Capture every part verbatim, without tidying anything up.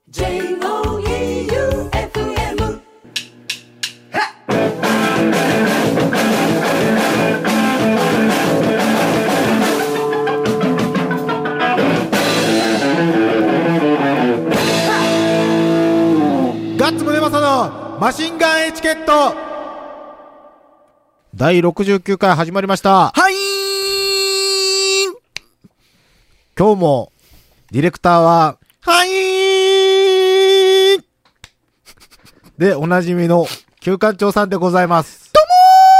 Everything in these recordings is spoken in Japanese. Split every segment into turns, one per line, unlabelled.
ジェイオーイーユーエフエム
ガッツムネマソのマシンガンエチケットだいろくじゅうきゅうかい始まりました。
はいー。
今日もディレクターは
はいー。
でおなじみの旧館長さんでございます。
ど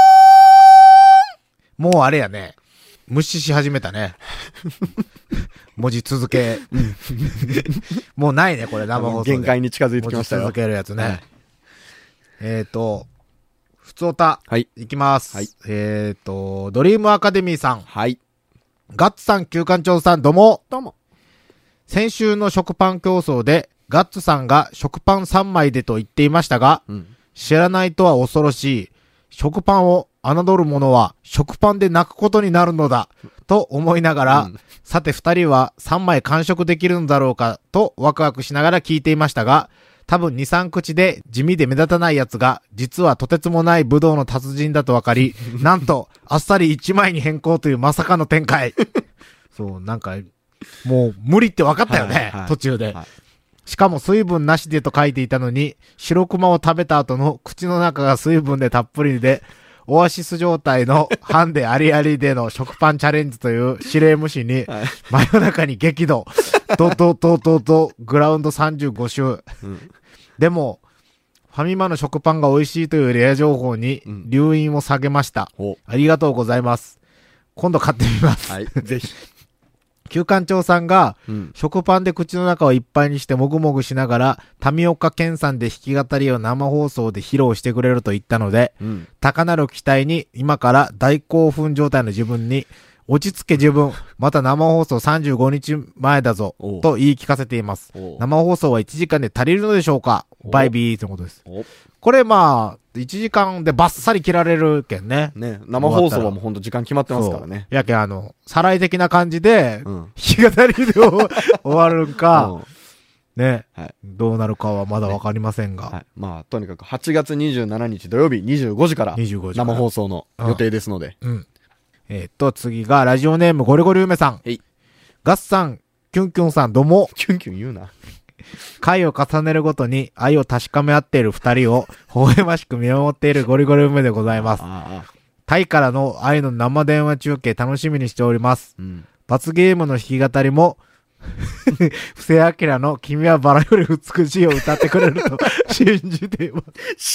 うもー。もうあれやね、無視し始めたね。文字続けもうないねこれ生放送で
限界に近づいてきましたよ。
文字続けるやつね、はい、えっ、ー、とふつおた、
はい、
いきます、
はい、
えっ、ー、とドリームアカデミーさん、
はい、
ガッツさん、旧館長さん、どうも
どうも。
先週の食パン競争でガッツさんが食パンさんまいでと言っていましたが、うん、知らないとは恐ろしい。食パンを侮る者は食パンで泣くことになるのだと思いながら、うん、さて二人はさんまい完食できるのだろうかとワクワクしながら聞いていましたが、多分に、さん口で地味で目立たないやつが実はとてつもない武道の達人だと分かり、なんとあっさりいちまいに変更というまさかの展開。そう、なんかもう無理って分かったよね、はいはい、途中で、はい。しかも水分なしでと書いていたのに、白熊を食べた後の口の中が水分でたっぷりで、オアシス状態のハンデありありでの食パンチャレンジという指令無視に、真夜中に激怒、ドドドドドグラウンドさんじゅうご周、うん、でも、ファミマの食パンが美味しいというレア情報に、留飲を下げました、うん。ありがとうございます。今度買ってみます。
はい、ぜひ。
旧館長さんが、うん、食パンで口の中をいっぱいにしてもぐもぐしながら、民岡健さんで弾き語りを生放送で披露してくれると言ったので、うん、高なる期待に今から大興奮状態の自分に、落ち着け自分、また生放送さんじゅうごにちまえだぞ、と言い聞かせています。生放送はいちじかんで足りるのでしょうか？バイビーということです。これまあ、いちじかんでバッサリ切られるけんね。
ね、生放送はもうほんと時間決まってますからね。
やけんあの、サライ的な感じで、うん、弾き語りで終わるんか、うん、ね、はい、どうなるかはまだわかりませんが、ね、はい。
まあ、とにかくはちがつにじゅうしちにち土曜日にじゅうごじから生放送の予定ですので。
うん。うんえー、っと、次が、ラジオネーム、ゴリゴリ梅さん。
えい。
ガッさん、キュンキュンさん、どうも。
キュンキュン言うな。
回を重ねるごとに愛を確かめ合っている二人を、微笑ましく見守っているゴリゴリ梅でございます。ああタイからの愛の生電話中継楽しみにしております。うん、罰ゲームの弾き語りも、布施明の君はバラより美しいを歌ってくれると信じています。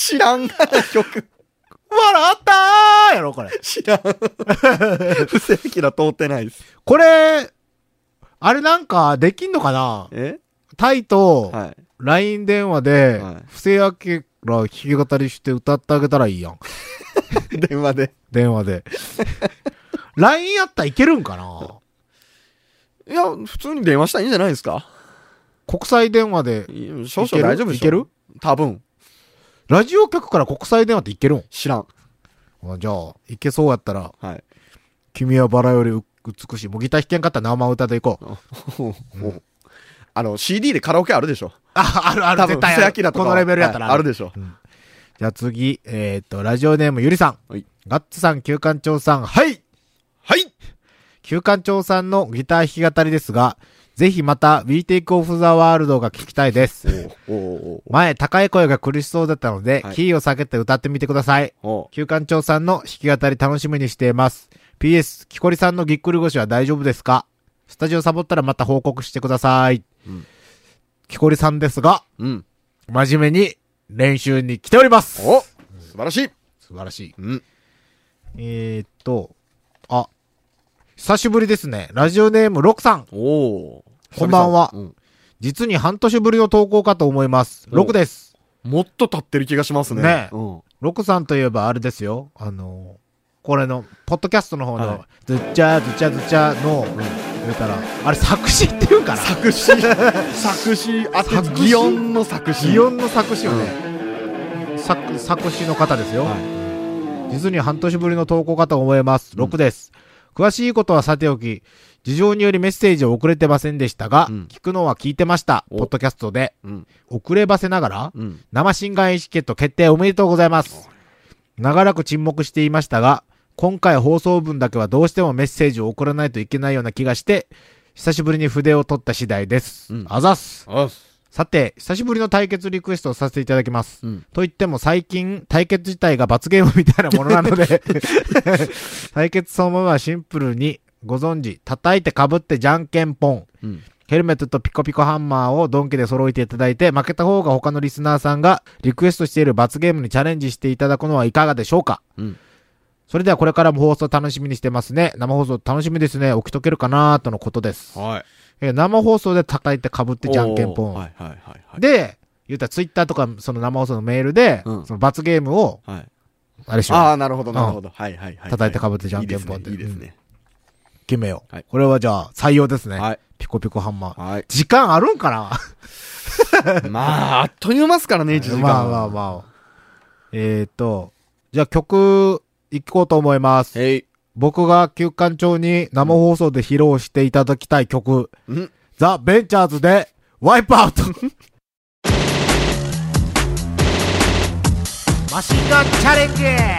知らんがな、曲。
笑ったーやろ、これ。
知らん。不正規な通ってないです。
これ、あれなんかできんのかな？
え
タイと、ライン 電話で、不正明ら弾き語りして歌ってあげたらいいやん。
電話で。
電話で。ライン やったらいけるんかない
や、普通に電話したらいいんじゃないですか？
国際電話で。
少々大丈夫でしょ？
いける？
多分。
ラジオ局から国際電話っていけるん？
知らん。
あじゃあ、いけそうやったら、
はい。
君はバラより美しい。もうギター弾けんかったら生歌でいこう。うん、
あの、シーディー でカラオケあるでしょ？
あ、あるある、絶対ある。このレベルやったら
ある。あるでしょ。
うん、じゃあ次、えー、っと、ラジオネームゆりさん。はい。ガッツさん、旧館長さん、はい
はい
旧館長さんのギター弾き語りですが、ぜひまた We Take Off the World が聞きたいです。おおお前、高い声が苦しそうだったので、はい、キーを下げて歌ってみてください。旧館長さんの弾き語り楽しみにしています。ピーエス、木こりさんのぎっくり腰は大丈夫ですか？スタジオサボったらまた報告してください。うん、木こりさんですが、うん、真面目に練習に来ております。
お素晴らしい
素晴らしい。うん、えーっと、あ、久しぶりですね。ラジオネームロクさん。
おー。
こんばんは、うん。実に半年ぶりの投稿かと思います。ロクです。
もっと経ってる気がしますね。
ね。うん、ロクさんといえばあれですよ。あの、これの、ポッドキャストの方の、はい、ずっちゃずちゃずちゃの、うん、言うたら、あれ作詞っていうかな
作詞作詞、あと、擬音の作詞。
擬音の作詞をね、うん、作、作詞の方ですよ。はい、実に半年ぶりの投稿かと思います。ロクです。うん詳しいことはさておき、 事情によりメッセージを送れてませんでしたが、
うん、
聞くのは聞いてました。
お
ポッドキャストで。
うん、
遅ればせながら、
うん、
生新眼チケット決定おめでとうございます。長らく沈黙していましたが、今回放送分だけはどうしてもメッセージを送らないといけないような気がして、久しぶりに筆を取った次第です。うん、あざっす。
あす。
さて、久しぶりの対決リクエストをさせていただきます。うん、と言っても最近、対決自体が罰ゲームみたいなものなので、対決そのものはシンプルにご存知、叩いて被ってじゃんけんポン。うん、ヘルメットとピコピコハンマーをドンキで揃えていただいて、負けた方が他のリスナーさんがリクエストしている罰ゲームにチャレンジしていただくのはいかがでしょうか。うん、それではこれからも放送楽しみにしてますね。生放送楽しみですね。起きとけるかなーとのことです。はい。えー、生放送で叩いて被ってじゃんけんポン。はいはいはいはい。で、言ったらツイッターとかその生放送のメールで、うん、その罰ゲームを、はい、あれしよう。
ああ、なるほどなるほど。うん、はいはいはい。
叩いて被ってじゃんけんポンって。
いいですね。いいですね。
決めよう。はい。これはじゃあ採用ですね。はい。ピコピコハンマー。はい。時間あるんかな
まあ、あっという間ですからね、いちじかん。
まあまあまあ。えーと、じゃあ曲、行こうと思います。へい。僕が休館長に生放送で披露していただきたい曲。うん、ザ・ベンチャーズで、ワイプアウトマシンガンチャレンジ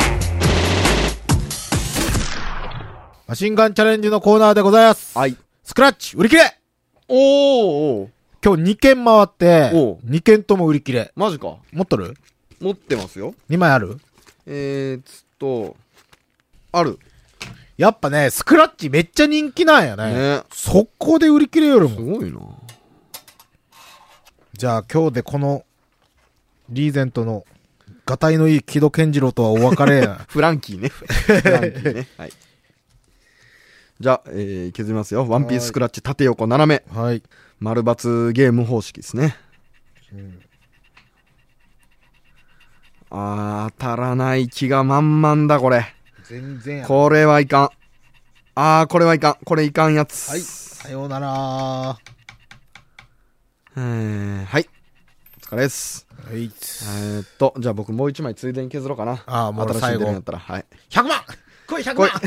マシンガンチャレンジのコーナーでございます。はい。スクラッチ売り切れおー今日にけん回って、にけんとも売り切れ。
マジか。
持っとる？
持ってますよ。
にまいある？
えーつと、ある。
やっぱね、スクラッチめっちゃ人気なんやね。ね。速攻で売り切れよるもん。
すごいな。
じゃあ今日でこの、リーゼントの、ガタイのいい木戸健次郎とはお別れや。
フランキーね。フランキーね。はい。じゃあ、えー、削りますよ。ワンピーススクラッチ縦横斜め。はい。丸×ゲーム方式ですね。うん、あー、当たらない気が満々だ、これ。全然や。これはいかん。あー、これはいかん。これいかんやつ。
はい。さようなら
えー、はい。お疲れです。はい。えーっと、じゃあ僕もう一枚ついでに削ろうかな。
あー、もう最後。
新しい出るんやったら。はい。
ひゃくまん来い、ひゃくまん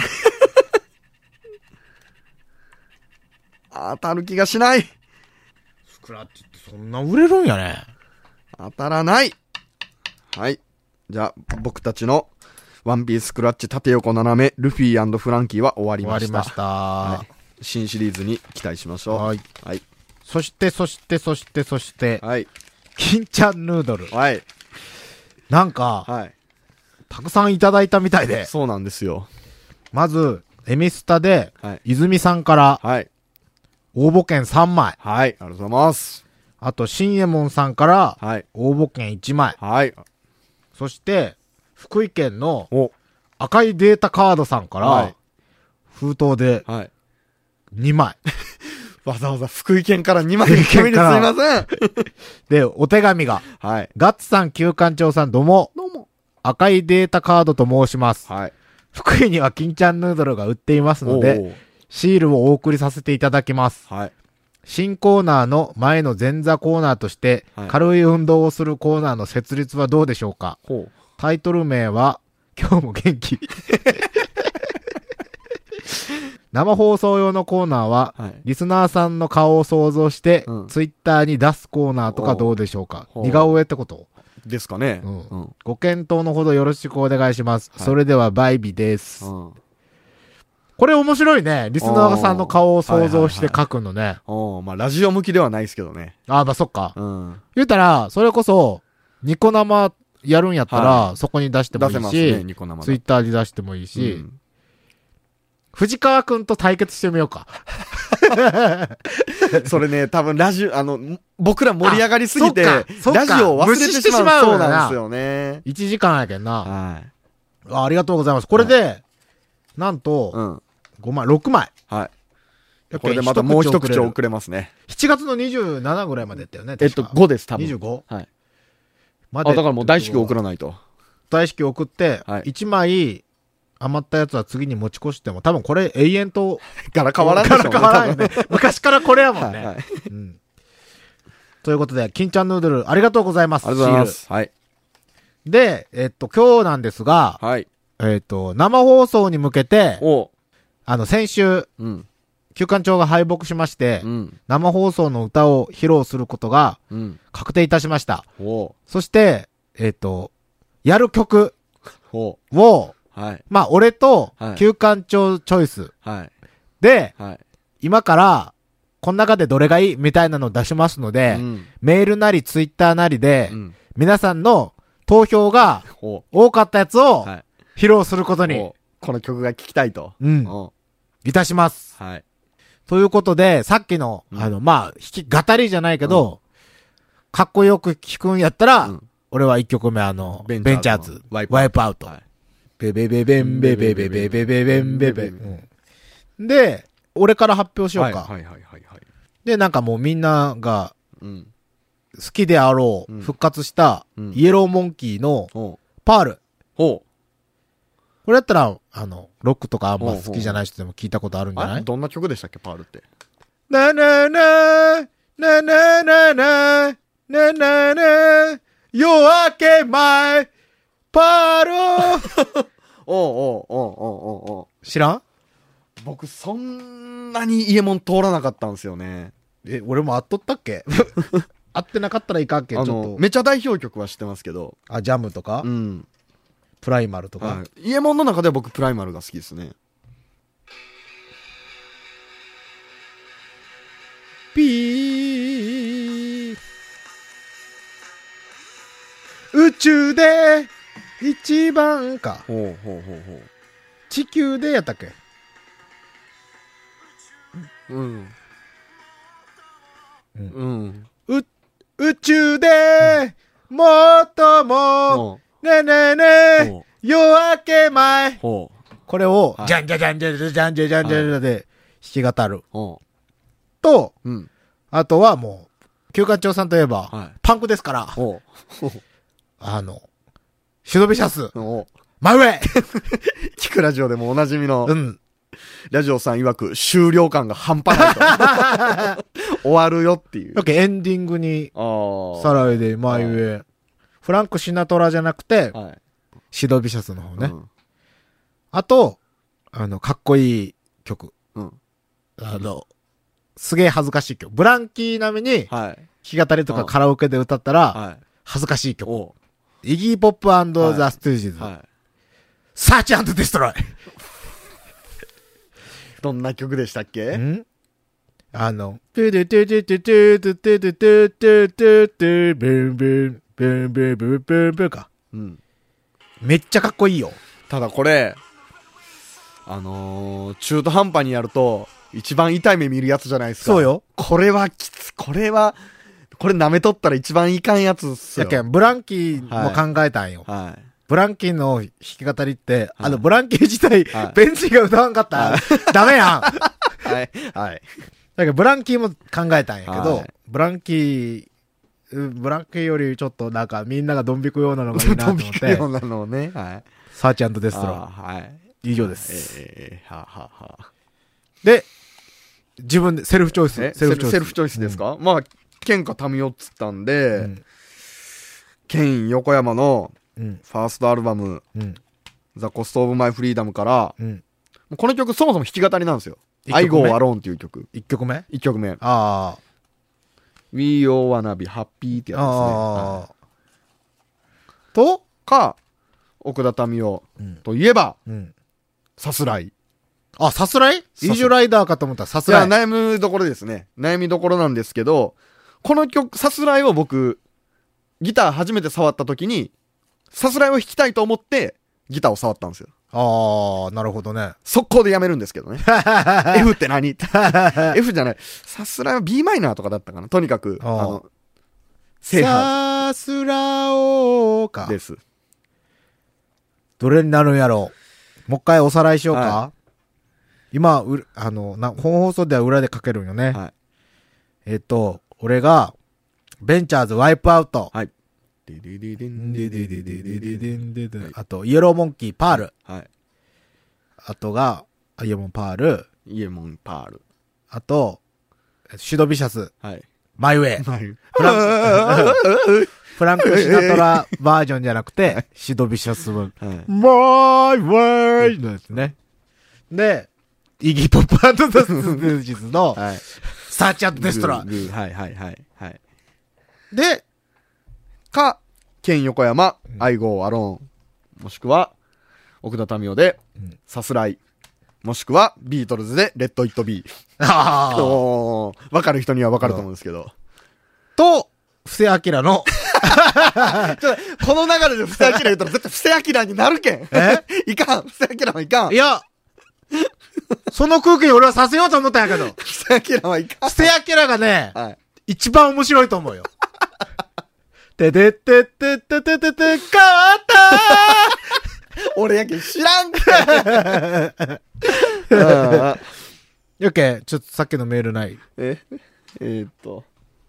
当たる気がしない。
スクラッチってそんな売れるんやね。
当たらない。はい。じゃあ、僕たちのワンピーススクラッチ縦横斜めルフィ&フランキーは終わりました。終わりました、はい。新シリーズに期待しましょう。はい。はい。
そして、そして、そして、そして。はい。金ちゃんヌードル。はい。なんか、はい。たくさんいただいたみたいで。
そうなんですよ。
まず、エミスタで、はい、泉さんから、はい。応募券さんまい。
はい。ありがとうございます。
あと、新右衛門さんから、はい。応募券いちまい。はい。そして、福井県の、赤いデータカードさんから、はい。封筒で、はい。にまい。
わざわざ福井県からにまい来てみるすいません。
で、お手紙が、はい。ガッツさん、旧館長さん、どうも。どうも。赤いデータカードと申します。はい。福井には金ちゃんヌードルが売っていますので、シールをお送りさせていただきます。はい。新コーナーの前の前座コーナーとして、はい、軽い運動をするコーナーの設立はどうでしょうか。ほう。タイトル名は、今日も元気。生放送用のコーナーは、はい、リスナーさんの顔を想像して、うん、ツイッターに出すコーナーとかどうでしょうか。似顔絵ってこと
ですかね、
うんうん。ご検討のほどよろしくお願いします。はい、それではバイビです。うんこれ面白いね。リスナーさんの顔を想像して書くのね。はいはいはい、
おまあ、ラジオ向きではないですけどね。
ああ、まあ、そっか。うん。言うたら、それこそ、ニコ生やるんやったら、はい、そこに出してもいいし、出せますね、ニコ生ツイッターに出してもいいし、うん、藤川くんと対決してみようか。
それね、多分ラジオ、あの、僕ら盛り上がりすぎて、ラジオを忘れてしまう。そうなんですよね。
いちじかんやけんな。はい。あ、ありがとうございます。これで、はい、なんと、うん、ごまい、ろくまい。はい。
これでまたもう一口遅れますね。
しちがつのにじゅうしちぐらいまでやったよね。
えっと、ごです、多分。
にじゅうご? はい。
まで。あ、だからもう大至急送らないと。
大至急送って、はい、いちまい余ったやつは次に持ち越しても、多分これ永遠と。
から変わらんでしょうね。
から変わらんよね。昔からこれやもんね。はいはいうん。ということで、金ちゃんヌードルありがとうございます。
ありがとうございます。はい。
で、えっと、今日なんですが、はい。えっと、生放送に向けて、おあの、先週、うん、 旧館長が敗北しまして、
うん。
生放送の歌を披露することが
うん。
確定いたしました。
ほ
そして、えっ、と、やる曲
う。ほ
を、
う。はい。
まあ、俺と
はい
旧館長チョイス
はい。
で、
はい。
今から、この中でどれがいいみたいなのを出しますので、
うん。
メールなりツイッターなりで、
うん。
皆さんの投票が
ほ
多かったやつ
う。
を
はい。
披露することに、
ほうこの曲が聴きたいと。
うん、
うん。
いたします。
はい。
ということで、さっきの、
うん
あの、まあ、弾き語りじゃないけど、かっこよく弾くんやったら、
うん
俺はいっきょくめあの、ベンチャーズ、
ワイプ
ワイプアウト。
はい。
ベベベベンベベベベベベベンベベ。うんで、俺から発表しようか。
はいはいはいはいはい。
で、なんかもうみんなが
うん。
好きであろう、
うん
復活した
うん、
イエローモンキーの
ほう。
パール。
ほ
これやったら、あの、ロックとかあんま好きじゃない人でも聞いたことあるん
う。
じゃない
あれどんな曲でしたっけ、パールって。
なななななななななな夜明け前パール
おうおうおうおうおうおう
知らん
僕、そんなに家門通らなかったんですよね。
え、俺も会っとったっけ会ってなかったらいかんけん、
あ
ちょっと。
の、めちゃ代表曲は知ってますけど。
あ、ジャムとか、
うん。
プライマルとか、
はい。家門の中では僕、プライマルが好きですね。
ピー宇宙で一番か。
ほうほうほうほ
地球でやったっけ
う。うん。
うん
うん。
う、宇宙で、もっとも、
ほ
ねえねえね
う。
え、
ほう。
夜明け前。
ほう。
これを、
はい
じゃんじゃじゃんじゃじゃじゃんじゃじゃんじゃじゃで弾き語る。
ほ
と、
う。うん。
あとはもう、休館長さんといえば、
はい。
パンクですから、
ほう。
あの、シュドビシャス、
ほう。
真上
聞くラジオでもおなじみの
う、ん。
ラジオさん曰く終了感が半端ないと。終わるよっていう
だ。けエンディングに、
ああ。
サライで真上。フランク・シナトラじゃなくて、
はい。
シドビシャスの方ね。
うん。
あと、あの、かっこいい曲。
うん。
あの、すげえ恥ずかしい曲。ブランキー並みに、
はい。
弾き語りとか
うん
カラオケで歌ったら、
はい。
恥ずかしい曲。
お
イギー・ポップ
はい
ザ・ストゥージーズ。
はい。
サーチ&デストロイ
どんな曲でしたっけ
んあの、トゥトゥトゥトゥトゥトゥトゥトゥトゥトゥトゥトゥトゥブンブン、ブンブンブンブンブンか。
うん。
めっちゃかっこいいよ。
ただこれ、あのー、中途半端にやると、一番痛い目見るやつじゃないですか。
そうよ。
これはきつ、これは、これ舐めとったら一番いかんやつっすよ。
やけん、ブランキーも考えたんよ。
はい。
ブランキーの弾き語りって、あの、
はい
ブランキー自体、
はい
ベンチが歌わんかったら、ダメやん。だ
はい。はい。
けど、ブランキーも考えたんやけど、
はい
ブランキー、うんブランキーよりちょっとなんかみんながドン引くようなのがいいなと思っ
飛び
て
よ、うなのをね。はい。
サーチ&デストロ
あーはい。
イ。以上です。
えー、はあ、はあはあ、
で、自分で、セルフチョイス。
えセルフセルフチョイスですか、まあ、ケンかタミオっつったんで、
うん
ケン横山の
うん。
ファーストアルバム、
うん。
ザ・コスト・オブ・マイ・フリーダムから、
うん。
もうこの曲そもそも弾き語りなんですよ。
一曲
I
目
Go Alone っていう曲。
一曲目あ
一曲目。
あ。
We All Wanna Be Happy ってやつですね。
あ
は
あ。と
いか、奥田民生
うん。
といえば、
うん。
さすらい。
あ、さすらいイ
すらい
ージュライダーかと思ったらさす
いや、
らい。
悩むどころですね。悩みどころなんですけど、この曲、さすらいを僕、ギター初めて触った時に、さすらいを弾きたいと思って、ギターを触ったんですよ。
ああ、なるほどね。
速攻でやめるんですけどね。F って何って F じゃない。さすらいは B マイナーとかだったかな。とにかく、あ
ああ
の、制覇
さすらおか。
です。
どれになるんやろう。もう一回おさらいしようか。
は
今、う、あの、な、本放送では裏でかけるんよね。
はい。
えっと、俺が、ベンチャーズワイプアウト。
はい。ででででん
でで
ででで
ででで
ででで
ででであと、イエローモンキー、パール。
はい。
あとが、あイエモンパール。
イエモンパール。
あと、シュドビシャス、
はい。
マイウェイ。
はい。
フランク、フランクシナトラバージョンじゃなくて、シュドビシャスは、
はい。
マイウェイのやつね。で、 イギーポップ&ザ・スージーズの、
はい。
サーチ&デストラ
グーグーはいはいはい。はい。
で、
か、ケン横山、アイゴーアローン。もしくは、奥田民生で、さすらい。もしくは、ビートルズで、レッド・イット・ビー。
ああ。
おー、わかる人にはわかると思うんですけど。
と、布施明の、
ちょこの流れで布施明言ったら絶対布施明になるけん。
え
いかん。布施明はいかん。
いや、その空気に俺はさせようと思ったんやけど。
布施明はいかん。
布施明がね、
はい。
一番面白いと思うよ。てててててててて、変わったー
俺やけん知らんけん。
やけん、ちょっとさっきのメールない。
ええー、っと。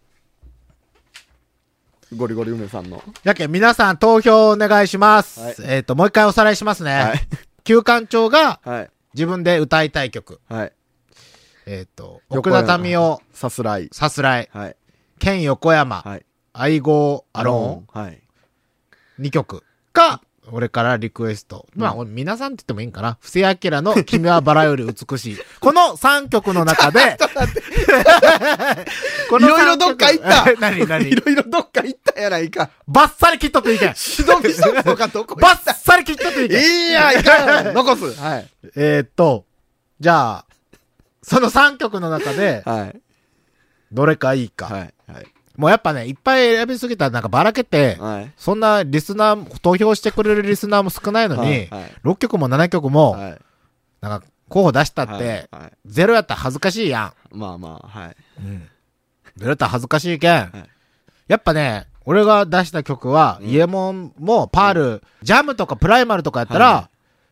ゴリゴリ梅さんの。
やけん、皆さん投票お願いします。はい、えっと、もう一回おさらいしますね。はい。旧館長が、はい。自分で歌いたい曲。はい。えっと、奥田民生。
さすらい。
さすらい。
はい。
ケン横山。はい。相棒アローン。はい。にきょくか、俺からリクエスト。まあ、うん、皆さんって言ってもいいんかな。布施明の君はバラより美しい。このさんきょくの中で、
このいろいろどっか行った
何何
いろいろどっか行ったやないか。
バッサリ切っとっていいけん。
しどみしたのかどこ
バッサリ切っとっていいけん。
いいや、いかん。残す。はい。
えー、っと、じゃあ、そのさんきょくの中で、はい。どれかいいか。はい。はい。もうやっぱね、いっぱい選びすぎたらなんかばらけて、はい、そんなリスナー、投票してくれるリスナーも少ないのに、はいはい、ろっきょくもななきょくも、はい、なんか候補出したって、はいはい、ゼロやったら恥ずかしいや
ん。まあまあ、はい。
うん。ゼロやったら恥ずかしいけん。はい、やっぱね、俺が出した曲は、うん、イエモンもパール、うん、ジャムとかプライマルとかやったら、はい、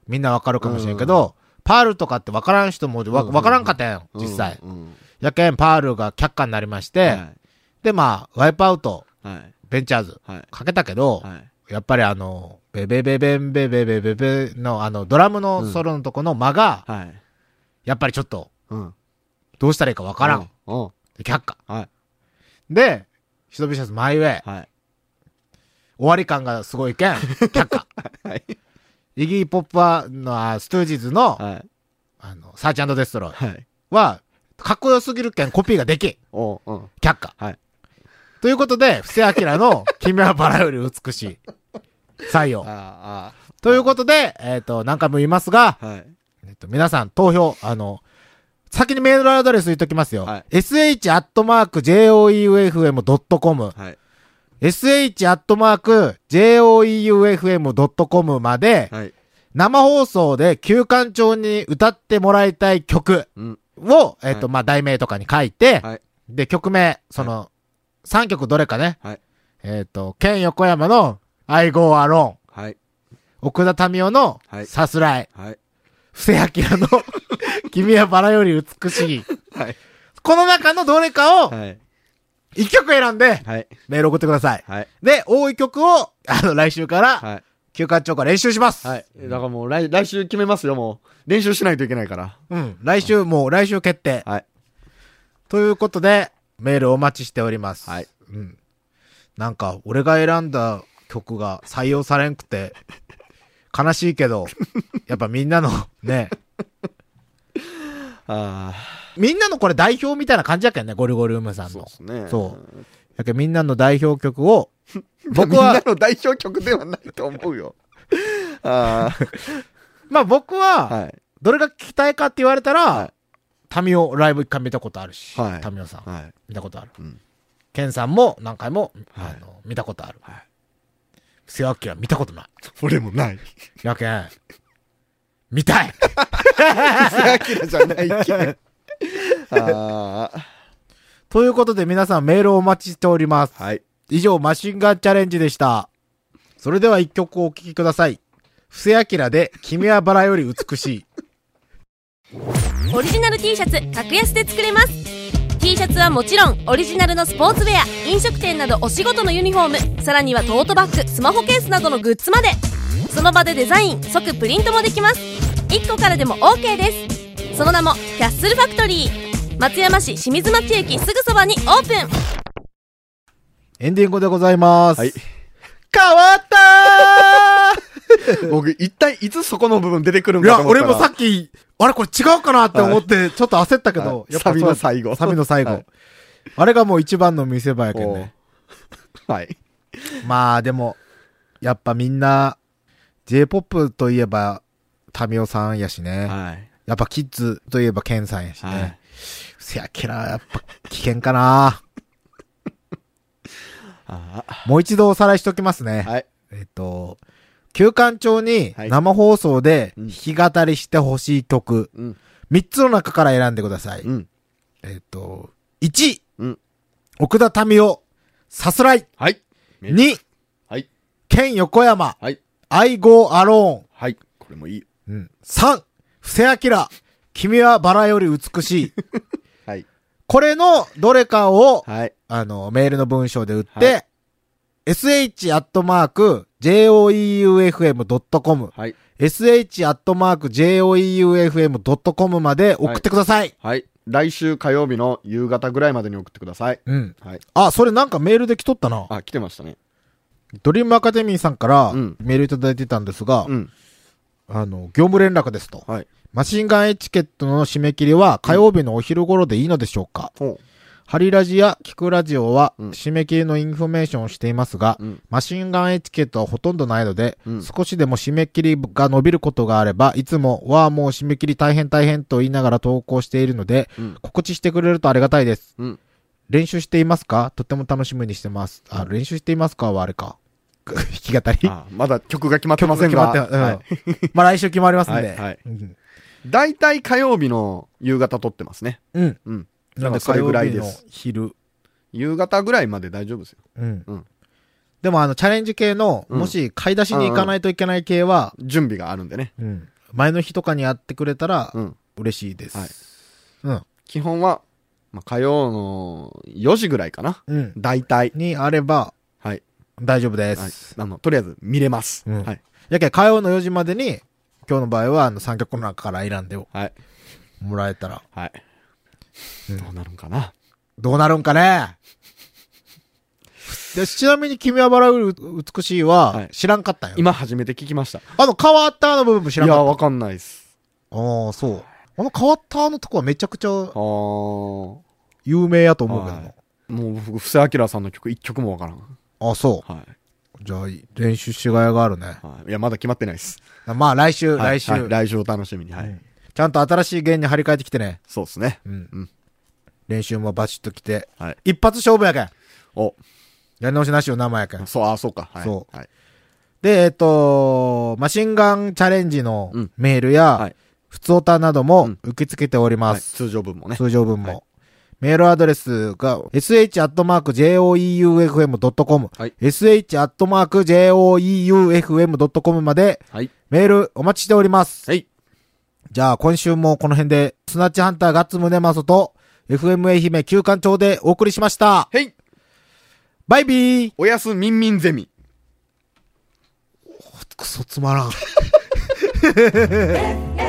みんなわかるかもしれんけど、うん、パールとかってわからん人もわ、わからんかったやん、実際。うんうん、やけん、パールが却下になりまして、はいで、まあ、ワイプアウト、はい、ベンチャーズ、はい、かけたけど、はい、やっぱりあの、ベベベベンベベベベベのあの、ドラムのソロのとこの間が、うん、やっぱりちょっと、うん、どうしたらいいかわからん。うん、却下。はい、で、シドビシャスマイウェイ。はい、終わり感がすごいけん、却下。はい、イギーポップはの、ストゥージーズの、はい、あの、サーチ&デストロイは、かっこよすぎるけんコピーができん。おうん、却下。はい。ということで、布施明の君はバラより美しい。採用。ああということで、えっ、ー、と、何回も言いますが、はい、えっ、ー、と、皆さん投票、あの、先にメールアドレス言っときますよ。はい、エスエイチ アットマーク ジェイオーイーユーエフエム ドットコム、はい、エスエイチ アットマーク ジェイオーイーユーエフエム ドットコム まで、はい、生放送で旧館長に歌ってもらいたい曲を、うん、えっ、ー、と、はい、まあ、題名とかに書いて、はい、で、曲名、その、はいさんきょくどれかね。はい。えっ、ー、と、ケン横山の I Go Alone。はい。奥田民生のさすらい。はい。布施明の君はバラより美しい。はい。この中のどれかを、はい。いっきょく選んで、はい。メール送ってください。はい。で、多い曲を、あの、来週から、はい。休館長から練習します。はい。
だからもう来、来週決めますよ、もう。練習しないといけないから。
うん。来週、もう来週決定。はい。ということで、メールお待ちしております。はい。うん。なんか、俺が選んだ曲が採用されんくて、悲しいけど、やっぱみんなの、ね。あみんなのこれ代表みたいな感じやけんね、ゴリゴリ梅さんの。そうですね。そう。やけんみんなの代表曲を、
僕は。みんなの代表曲ではないと思うよ。あ
まあ僕は、はい、どれが聞きたいかって言われたら、はいタミオライブ一回見たことあるし、はい、タミオさん、はい、見たことある。うん、ケンさんも何回も、はい、あの見たことある。布施明は見たことない。
俺もない。
やけん、見たい
布施明じゃないけん。あ
ということで皆さんメールをお待ちしております。はい、以上、マシンガンチャレンジでした。それでは一曲お聴きください。布施明で君はバラより美しい。
オリジナル T シャツ格安で作れます。 T シャツはもちろんオリジナルのスポーツウェア、飲食店などお仕事のユニフォーム、さらにはトートバッグ、スマホケースなどのグッズまで、その場でデザイン即プリントもできます。いっこからでも OK です。その名もキャッスルファクトリー。松山市清水町駅すぐそばにオープン。
エンディングでございます。はい、
変わったー僕、一体いつそこの部分出てくるん
いや、
かと思ったら。
俺もさっき、あれこれ違うかなって思って、ちょっと焦ったけど、
はい
やっぱそう
サビの最後
サビの最後。
はい
あれがもう一番の見せ場やけんね。
おはい。
まあでも、やっぱみんな、J-ポップ といえば、タミオさんやしね。
はい。
やっぱキッズといえばケンさんやしね。
はい
せやけな、やっぱ危険かな。
あ
もう一度おさらいしときますね。
はい。
えっと、休館長に
はい
生放送で
うん
弾き語りしてほしい曲、
うん。
みっつの中から選んでください。
うん。
えっと、いち、
うん。
奥田民生、さすらい。
はい。
に、
はい。
ケン横山、
はい。
I go alone。
はい。これもいい。
うん。さん、布施明、君はバラより美しい。
はい。
これのどれかを、
はい。
あの、メールの文章で打って、
は
エスエイチ アットマーク ジェイオーイーユーエフエム ドットコム、
はい。
エスエイチ アットマーク ジェイオーイーユーエフエム ドットコム まで送ってください。
はい。来週火曜日の夕方ぐらいまでに送ってください。
うん。
はい。
あ、それなんかメールで来とったな。
あ、来てましたね。
ドリームアカデミーさんから
うん
メールいただいてたんですが、
うん。
あの、業務連絡ですと。
はい。
マシンガンエチケットの締め切りは火曜日のお昼頃でいいのでしょうか、
ほ
ハリラジやキクラジオは
うん
締め切りのインフォメーションをしていますが、
うん
マシンガンエチケットはほとんどないので、
うん
少しでも締め切りが伸びることがあれば、いつもはもう締め切り大変大変と言いながら投稿しているので、
う。うん。
告知してくれるとありがたいです。
うん。
練習していますか？とても楽しみにしてます。あ、練習していますかはあれか。弾き語り
あ、まだ曲が決まってませんが。
決まって、うん
はい。
まあ来週決まりますんで。
はいはい
うん。
大体火曜日の夕方撮ってますね。
うん。
うん。
なんで
それぐらいで
火曜日
す。
の昼。
夕方ぐらいまで大丈夫ですよ。
うん。
うん
でもあの、チャレンジ系の、
うん
もし買い出しに行かないといけない系は、
準備があるんでね。
うん。前の日とかにやってくれたら
う、ん。
嬉しいです。
はい
うん。
基本は、まあ、火曜のよじぐらいかな。
うん。
大体。
にあれば、
はい。
大丈夫で
はい
す。。
あの、とりあえず見れます。
うん
はい。
やけん火曜のよじまでに、今日の場合は、あの、さんきょくの中から選んで
はい。
もらえたら、
はい。
うん
どうなるんかな。
どうなるんかね。でちなみに、君はバラより美しい
は、
はい知らんかったんよ。
今初めて聞きました。
あの、変わったの部分も知ら
いや、
んかった。
わかんないっす。
ああ、そう。あの変わったのとこはめちゃくちゃ
あー。も
有名やと思うけどな。
はう僕、布施明さんの曲一曲もわからん。
あ、そ
はい。
う。じゃあ、練習しがいがあるね。
はい。いや、まだ決まってないっす。
まあ、来週、
はい
来週、
はい来週お楽しみに。はい。
うんちゃんと新しい弦に張り替えてきてね。
そうっすね。
うん。
うん
練習もバチッと来て。
はい。
一発勝負やけん。
お、
やり直しなしの生やけん。
そう、あ、そうか。はい。
そう
はい。
で、えっと、マシンガンチャレンジの
うん
メールや、
はい
普通オタなども
うん
受け付けており
はい。
ます。
通常分もね。
通常分も。
はい
メールアドレスが エスエイチ アットマーク ジェイオーイーユーエフエム ドットコム、
はい。
エスエイチ アットマーク ジェイオーイーユーエフエム ドットコム まで
はい。
メールお待ちしております。
はい。
じゃあ今週もこの辺で、スナッチハンターガッツムネマソと エフエム 愛媛旧館長でお送りしました。
へい。
バイビー。
おやすみんみんゼミ。
くそつまらん。
エフエム